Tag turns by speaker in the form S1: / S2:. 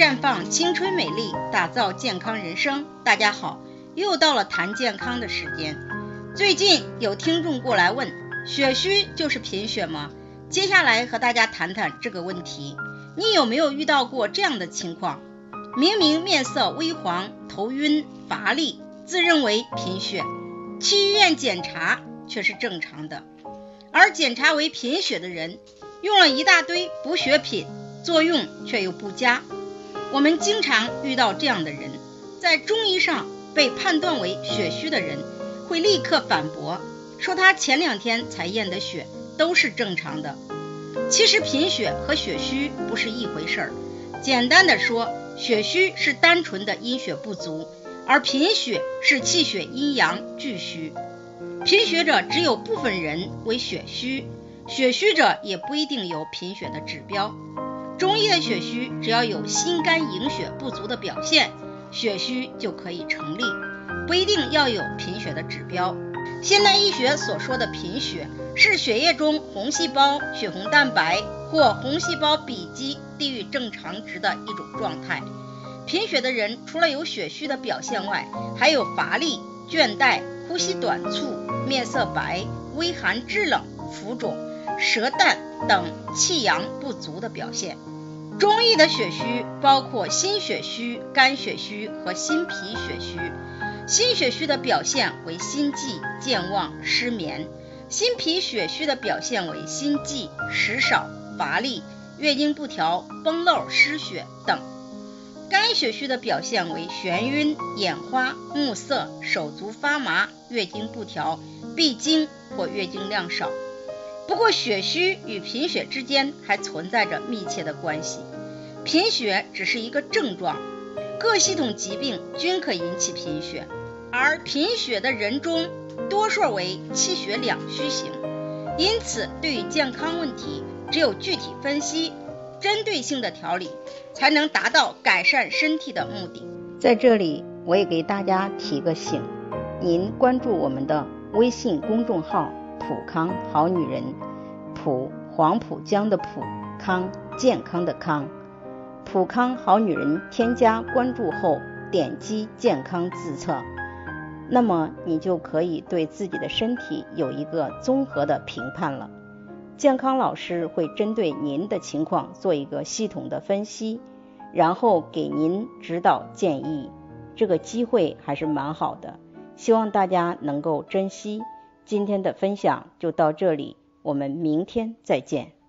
S1: 绽放青春美丽，打造健康人生。大家好，又到了谈健康的时间。最近有听众过来问，血虚就是贫血吗？接下来和大家谈谈这个问题。你有没有遇到过这样的情况？明明面色微黄、头晕、乏力，自认为贫血，去医院检查却是正常的，而检查为贫血的人用了一大堆补血品，作用却又不佳。我们经常遇到这样的人，在中医上被判断为血虚的人会立刻反驳，说他前2天才验的血都是正常的。其实贫血和血虚不是一回事儿，简单的说，血虚是单纯的阴血不足，而贫血是气血阴阳俱虚。贫血者只有部分人为血虚，血虚者也不一定有贫血的指标。中医的血虚只要有心肝营血不足的表现，血虚就可以成立，不一定要有贫血的指标。现代医学所说的贫血，是血液中红细胞、血红蛋白或红细胞比积低于正常值的一种状态。贫血的人除了有血虚的表现外，还有乏力、倦怠、呼吸短促、面色白、微寒肢冷、浮肿、舌淡等气阳不足的表现。中医的血虚包括心血虚、肝血虚和心脾血虚。心血虚的表现为心悸、健忘、失眠；心脾血虚的表现为心悸、食少、乏力、月经不调、崩漏、失血等。肝血虚的表现为眩晕、眼花、目涩、手足发麻、月经不调、闭经或月经量少。不过血虚与贫血之间还存在着密切的关系，贫血只是一个症状，各系统疾病均可引起贫血，而贫血的人中多数为气血两虚型。因此对于健康问题，只有具体分析、针对性的调理，才能达到改善身体的目的。在这里我也给大家提个醒，您关注我们的微信公众号普康好女人，普黄浦江的普，康健康的康，普康好女人添加关注后点击健康自测，那么你就可以对自己的身体有一个综合的评判了。健康老师会针对您的情况做一个系统的分析，然后给您指导建议。这个机会还是蛮好的，希望大家能够珍惜。今天的分享就到这里，我们明天再见。